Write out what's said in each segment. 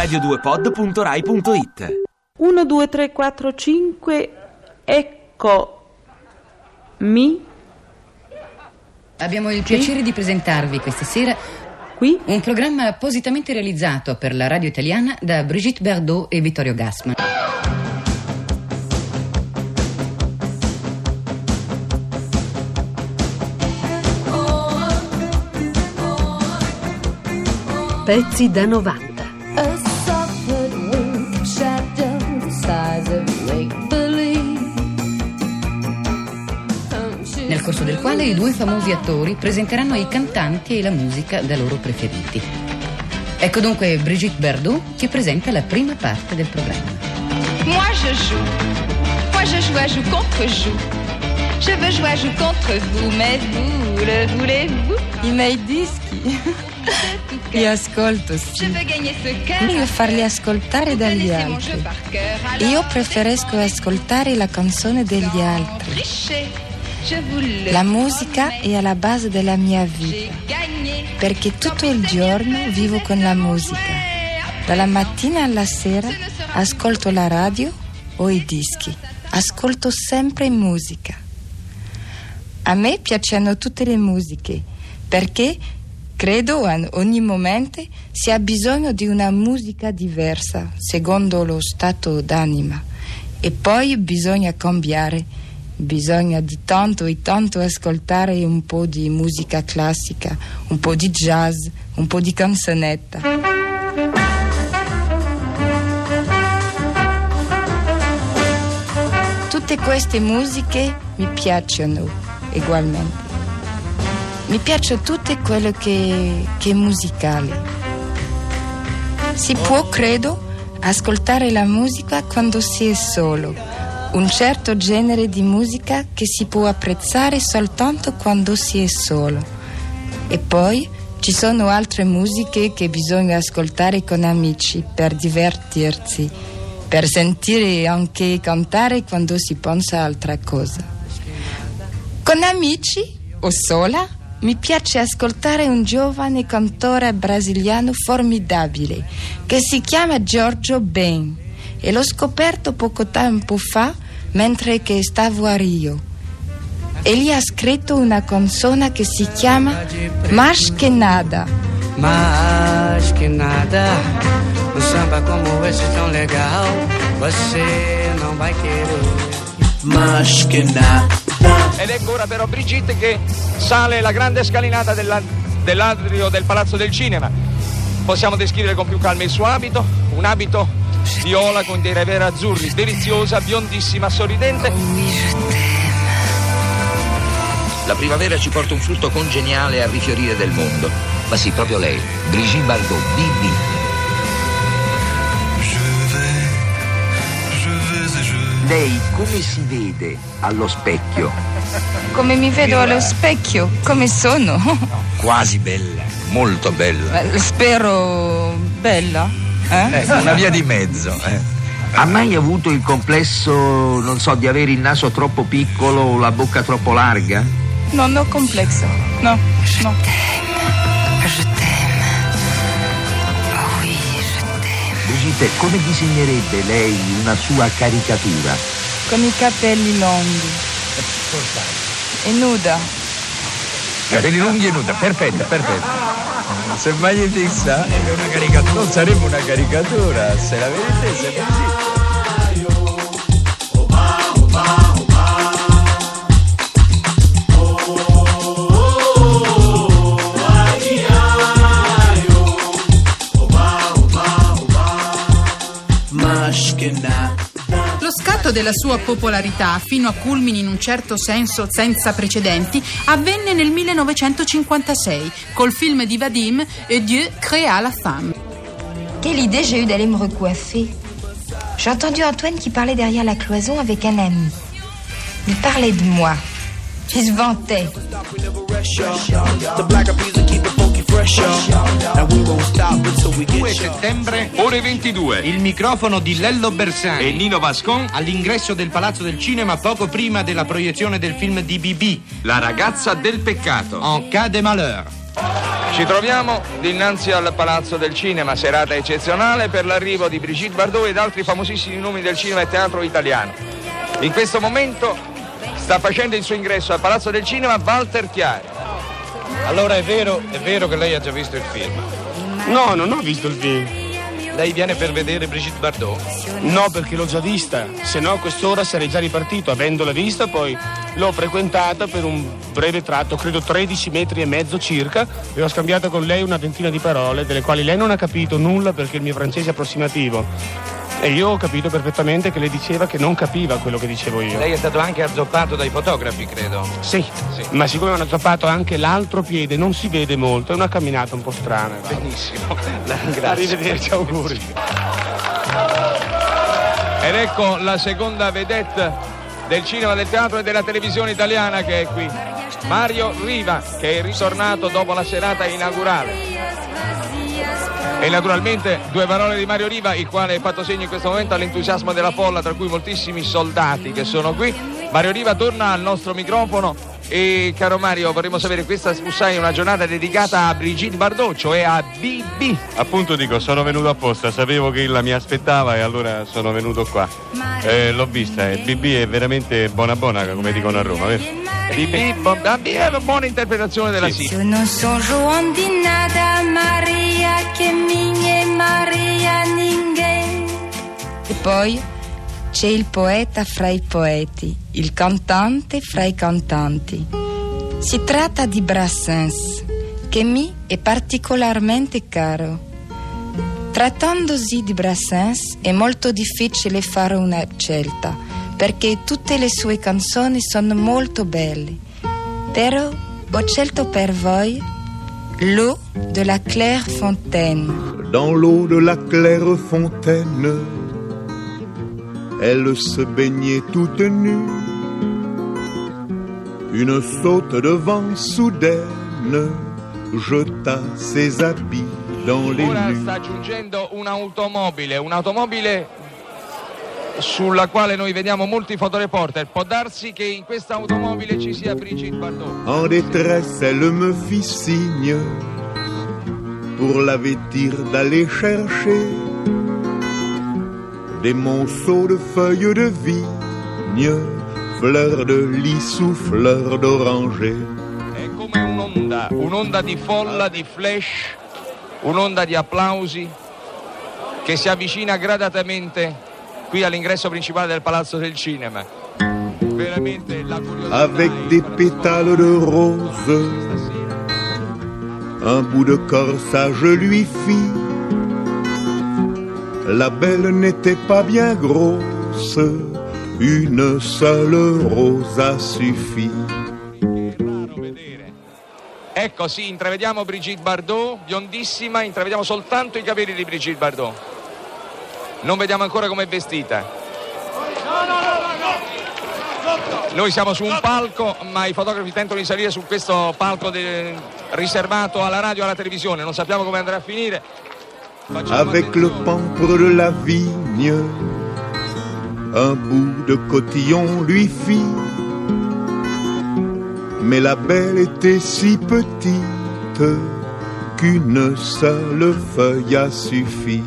radio2pod.rai.it. 1, 2, 3, 4, 5. Ecco mi. Abbiamo il piacere di presentarvi questa sera Qui un programma appositamente realizzato per la radio italiana da Brigitte Bardot e Vittorio Gassman. Pezzi da 90. Nel corso del quale i due famosi attori presenteranno i cantanti e la musica da loro preferiti. Ecco dunque Brigitte Bardot che presenta la prima parte del programma. Moi je joue à joue contre joue. Je veux jouer à joue contre vous, mais vous le voulez-vous? I miei dischi li ascolto, Je sì. veux gagner ce cœur. Meglio farli ascoltare dagli Connaissez mon altri. jeu par cœur. Io Alors, preferisco ascoltare la canzone degli altri. trichez. Je vous le La musica promets. è alla base della mia J'ai vita, gagné. perché tutto il giorno vivo con la musica. Dalla mattina alla sera ascolto la radio o i dischi. Ascolto sempre musica. A me piacciono tutte le musiche, perché credo in ogni momento si ha bisogno di una musica diversa, secondo lo stato d'anima. E poi bisogna cambiare, bisogna di tanto e tanto ascoltare un po' di musica classica, un po' di jazz, un po' di canzonetta. Tutte queste musiche mi piacciono ugualmente. Mi piace tutto quello che è musicale. Si può, credo, ascoltare la musica quando si è solo. Un certo genere di musica che si può apprezzare soltanto quando si è solo. E poi ci sono altre musiche che bisogna ascoltare con amici per divertirsi, per sentire anche cantare quando si pensa a altra cosa. Con amici o sola mi piace ascoltare un giovane cantore brasiliano formidabile che si chiama Giorgio Ben e l'ho scoperto poco tempo fa mentre che stavo a Rio. Egli ha scritto una canzone che si chiama Mais que Nada. Mais que nada, um samba como esse tão legal, você não vai querer. Mais que nada. Ed ecco ora però Brigitte che sale la grande scalinata dell'atrio del Palazzo del Cinema. Possiamo descrivere con più calma il suo abito, un abito viola con dei revers azzurri, deliziosa, biondissima, sorridente. La primavera ci porta un frutto congeniale a rifiorire del mondo. Ma sì, proprio lei, Brigitte Bardot, Bibi. Lei come si vede allo specchio? Come mi vedo allo specchio? Come sono? Quasi bella, molto bella. Spero bella. Una via di mezzo. Ha mai avuto il complesso, non so, di avere il naso troppo piccolo o la bocca troppo larga? Non ho complesso. No. Brigitte, come disegnerebbe lei una sua caricatura? Con i capelli lunghi. E nuda. Capelli lunghi e nuda, perfetto. Se mai gli fissa, è una caricatura. Non sarebbe una caricatura, se la vedete, sembra così. Lo scatto della sua popolarità, fino a culmini in un certo senso senza precedenti, avvenne nel 1956 col film di Vadim Et Dieu créa la femme. Quelle idée j'ai eue d'aller me recoiffer. J'ai entendu Antoine qui parlait derrière la cloison avec un ami. Il parlait de moi. Il se vantait. 2 settembre, ore 22. Il microfono di Lello Bersani E Nino Vascon all'ingresso del Palazzo del Cinema poco prima della proiezione del film di Bibi, La ragazza del peccato. En cas de malheur. Ci troviamo dinanzi al Palazzo del Cinema, serata eccezionale per l'arrivo di Brigitte Bardot ed altri famosissimi nomi del cinema e teatro italiano. In questo momento sta facendo il suo ingresso al Palazzo del Cinema Walter Chiari. Allora è vero che lei ha già visto il film? No, non ho visto il film. Lei viene per vedere Brigitte Bardot? No, perché l'ho già vista, se no a quest'ora sarei già ripartito. Avendola vista poi l'ho frequentata per un breve tratto, credo 13 metri e mezzo circa, e ho scambiato con lei una ventina di parole, delle quali lei non ha capito nulla perché il mio francese è approssimativo. E io ho capito perfettamente che lei diceva che non capiva quello che dicevo io. Lei è stato anche azzoppato dai fotografi, credo. Sì. Ma siccome hanno azzoppato anche l'altro piede, non si vede molto, è una camminata un po' strana. Benissimo, la ringrazio. Arrivederci, auguri. Ed ecco la seconda vedette del cinema, del teatro e della televisione italiana che è qui. Mario Riva, che è ritornato dopo la serata inaugurale. E naturalmente due parole di Mario Riva, il quale ha fatto segno in questo momento all'entusiasmo della folla, tra cui moltissimi soldati che sono qui. Mario Riva torna al nostro microfono e, caro Mario, vorremmo sapere, questa sai, è una giornata dedicata a Brigitte Bardot, cioè a BB. Appunto dico, sono venuto apposta, sapevo che ella mi aspettava e allora sono venuto qua. L'ho vista, BB è veramente buona, come dicono a Roma, vero? BB è una buona interpretazione della sigla. Io non sono di nada, Maria, che migne Maria ninguém. E poi c'è il poeta fra i poeti, il cantante fra i cantanti. Si tratta di Brassens, che mi è particolarmente caro. Trattandosi di Brassens è molto difficile fare una scelta, perché tutte le sue canzoni sono molto belle. Però ho scelto per voi L'eau de la Claire Fontaine. Dans l'eau de la Claire Fontaine, elle se baignait toute nue. Une saute de vent soudaine jeta ses habits dans les Ora nues. sta giungendo un'automobile sulla quale noi vediamo molti fotoreporter. Può darsi che in questa automobile ci sia Brigitte Bardot. En détresse, elle me fit signe pour la vêtir d'aller chercher des monceaux de feuilles de vigne, fleurs de lis ou fleurs d'oranger. È come un'onda di folla, di flash, un'onda di applausi che si avvicina gradatamente qui all'ingresso principale del Palazzo del Cinema. Veramente la curiosità. Avec des pétales de rose, un bout de corsage lui fit. La belle n'était pas bien grosse, une seule rose a suffi. Ecco, sì, intravediamo Brigitte Bardot, biondissima, intravediamo soltanto i capelli di Brigitte Bardot. Non vediamo ancora com'è vestita. Noi siamo su un palco, ma i fotografi tentano di salire su questo palco riservato alla radio e alla televisione. Non sappiamo come andrà a finire. Avec le pampre de la vigne, un bout de cotillon lui fit. Mais la belle était si petite qu'une seule feuille a suffi.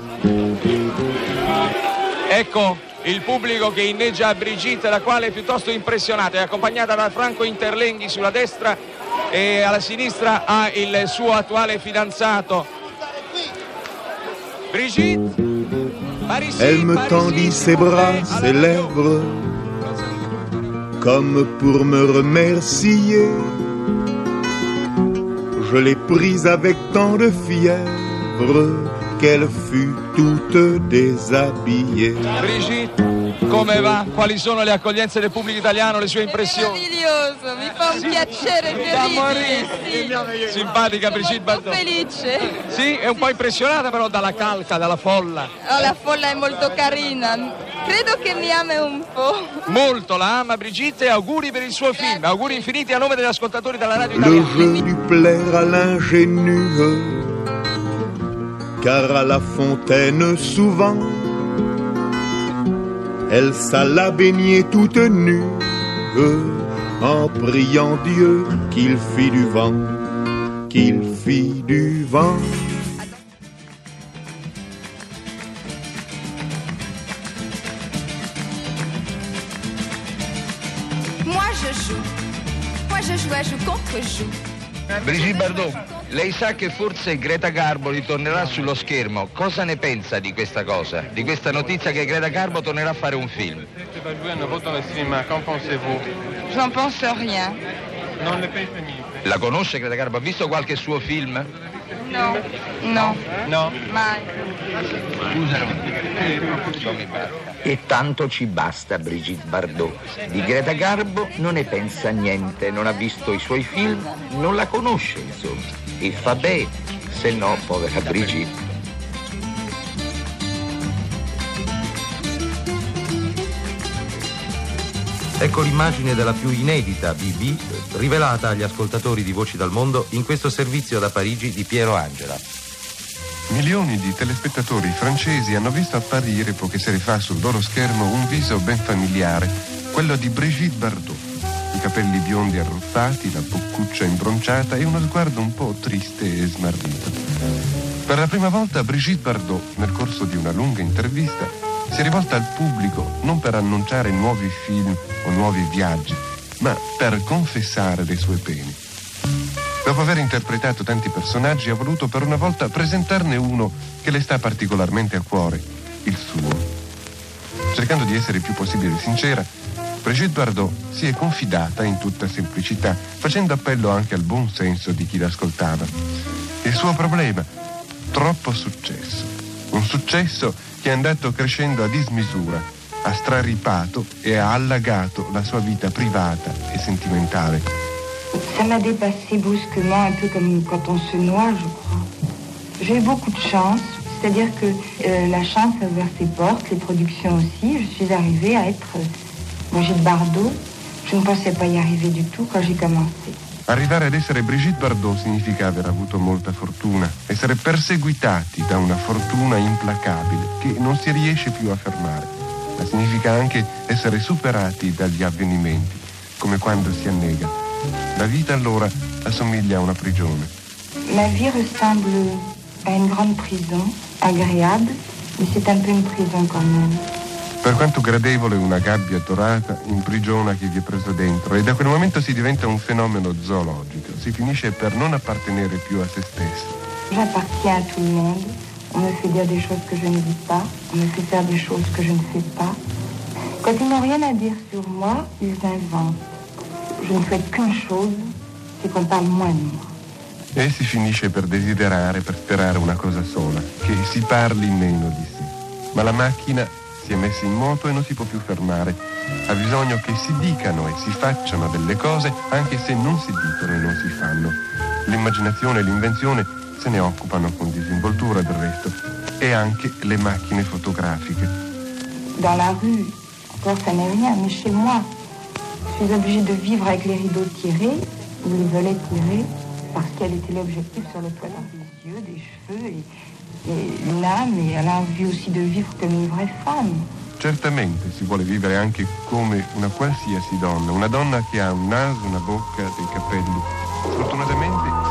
Ecco il pubblico che inneggia a Brigitte, la quale è piuttosto impressionata. È accompagnata da Franco Interlenghi sulla destra e alla sinistra ha il suo attuale fidanzato. Brigitte, Elle me tendit ses bras, ses lèvres, comme pour me remercier. Je l'ai prise avec tant de fièvre qu'elle fut toute déshabillée. Brigitte, come va? Quali sono le accoglienze del pubblico italiano, le sue impressioni? Meraviglioso, mi fa un piacere terribile. Simpatica Brigitte Bardot. Sono felice. Sì, è un po' impressionata però dalla calca, dalla folla. Oh, la folla è molto carina. Credo che mi ami un po'. Molto la ama Brigitte e auguri per il suo film. Auguri infiniti a nome degli ascoltatori della radio Le italiana. jeu dut plaire à l'ingénue, car à la fontaine souvent elle s'alla baigner toute nue, en priant Dieu qu'il fît du vent. qu'il fit du vent. Moi je joue contre joue. Brigitte Bardot, lei sa che forse Greta Garbo ritornerà sullo schermo. Cosa ne pensa di questa cosa? Di questa notizia che Greta Garbo tornerà a fare un film? Va jouer un rôle dans le cinéma. Qu'en pensez-vous? J'en pense rien. Non ne pensa niente. La conosce Greta Garbo? Ha visto qualche suo film? No. No. No. Mai. E tanto ci basta Brigitte Bardot. Di Greta Garbo non ne pensa niente, non ha visto i suoi film, non la conosce, insomma. E fa bene, se no, povera Brigitte. Ecco l'immagine della più inedita BB rivelata agli ascoltatori di Voci dal Mondo in questo servizio da Parigi di Piero Angela. Milioni di telespettatori francesi hanno visto apparire poche sere fa sul loro schermo un viso ben familiare, quello di Brigitte Bardot. I capelli biondi arruffati, la boccuccia imbronciata e uno sguardo un po' triste e smarrito. Per la prima volta Brigitte Bardot, nel corso di una lunga intervista, si è rivolta al pubblico non per annunciare nuovi film o nuovi viaggi, ma per confessare le sue pene. Dopo aver interpretato tanti personaggi, ha voluto per una volta presentarne uno che le sta particolarmente a cuore, il suo. Cercando di essere il più possibile sincera, Brigitte Bardot si è confidata in tutta semplicità, facendo appello anche al buon senso di chi l'ascoltava. Il suo problema? Troppo successo. Un successo che è andato crescendo a dismisura, ha straripato e ha allagato la sua vita privata e sentimentale. Ça m'a dépassé brusquement, un peu comme quand on se noie, je crois. J'ai eu beaucoup de chance, c'est-à-dire que la chance a ouvert ses portes, les productions aussi. Je suis arrivée à être Brigitte Bardot. Je ne pensais pas y arriver du tout quand j'ai commencé. Arrivare ad essere Brigitte Bardot significa aver avuto molta fortuna, essere perseguitati da una fortuna implacabile che non si riesce più a fermare, ma significa anche essere superati dagli avvenimenti, come quando si annega. La vita allora assomiglia a una prigione. Ma vie ressemble à une grande prison, agréable, mais c'est un peu une prison quand même. Per quanto gradevole, una gabbia dorata imprigiona chi vi è preso dentro e da quel momento si diventa un fenomeno zoologico. Si finisce per non appartenere più a se stessi. J'appartiens à tout le monde. On me fait dire des choses que je ne dis pas. On me fait faire des choses que je ne fais pas. Quand ils n'ont rien à dire sur moi, ils inventent. Je ne souhaite qu'une chose, c'est qu'on parle moins de moi. E si finisce per desiderare, per sperare una cosa sola, che si parli meno di sé. Ma la macchina si è messa in moto e non si può più fermare. Ha bisogno che si dicano e si facciano delle cose anche se non si dicono e non si fanno. L'immaginazione e l'invenzione se ne occupano con disinvoltura del resto. E anche le macchine fotografiche. Dans la rue, encore ça n'est rien, mais chez moi, je suis obligée de vivre avec les rideaux tirés, ou les volets tirés, parce quel était l'objectif sur le toit des yeux, des cheveux et une âme, et elle a envie aussi de vivre comme une vraie femme. Certamente si vuole vivere anche come una qualsiasi donna, una donna che ha un naso, una bocca, dei capelli. Sfortunatamente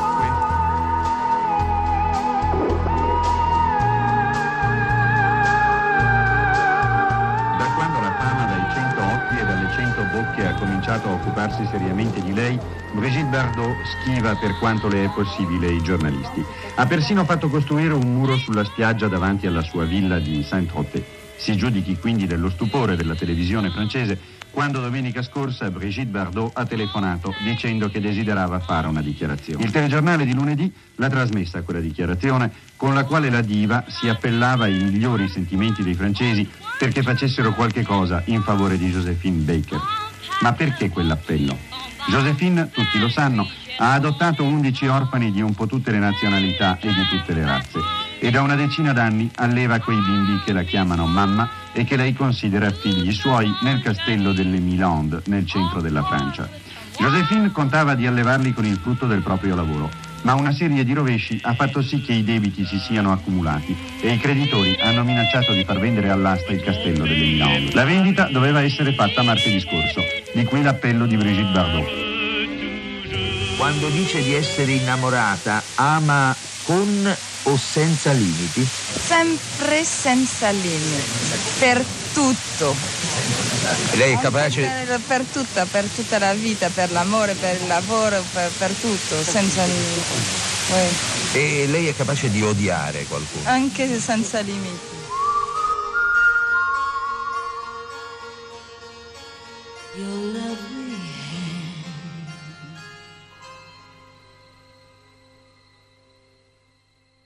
che ha cominciato a occuparsi seriamente di lei, Brigitte Bardot schiva per quanto le è possibile i giornalisti. Ha persino fatto costruire un muro sulla spiaggia davanti alla sua villa di Saint-Tropez. Si giudichi quindi dello stupore della televisione francese quando domenica scorsa Brigitte Bardot ha telefonato dicendo che desiderava fare una dichiarazione. Il telegiornale di lunedì l'ha trasmessa quella dichiarazione con la quale la diva si appellava ai migliori sentimenti dei francesi perché facessero qualche cosa in favore di Joséphine Baker. Ma perché quell'appello? Joséphine, tutti lo sanno, ha adottato 11 orfani di un po' tutte le nazionalità e di tutte le razze e da una decina d'anni alleva quei bimbi che la chiamano mamma e che lei considera figli suoi nel castello delle Milande, nel centro della Francia. Joséphine contava di allevarli con il frutto del proprio lavoro, ma una serie di rovesci ha fatto sì che i debiti si siano accumulati e i creditori hanno minacciato di far vendere all'asta il castello delle Milande. La vendita doveva essere fatta martedì scorso, di qui l'appello di Brigitte Bardot. Quando dice di essere innamorata, ama con o senza limiti? Sempre senza limiti, per tutto. Lei è capace? Per tutta la vita, per l'amore, per il lavoro, per tutto, senza limiti. E lei è capace di odiare qualcuno? Anche senza limiti.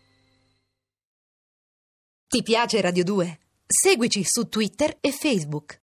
Ti piace Radio 2? Seguici su Twitter e Facebook.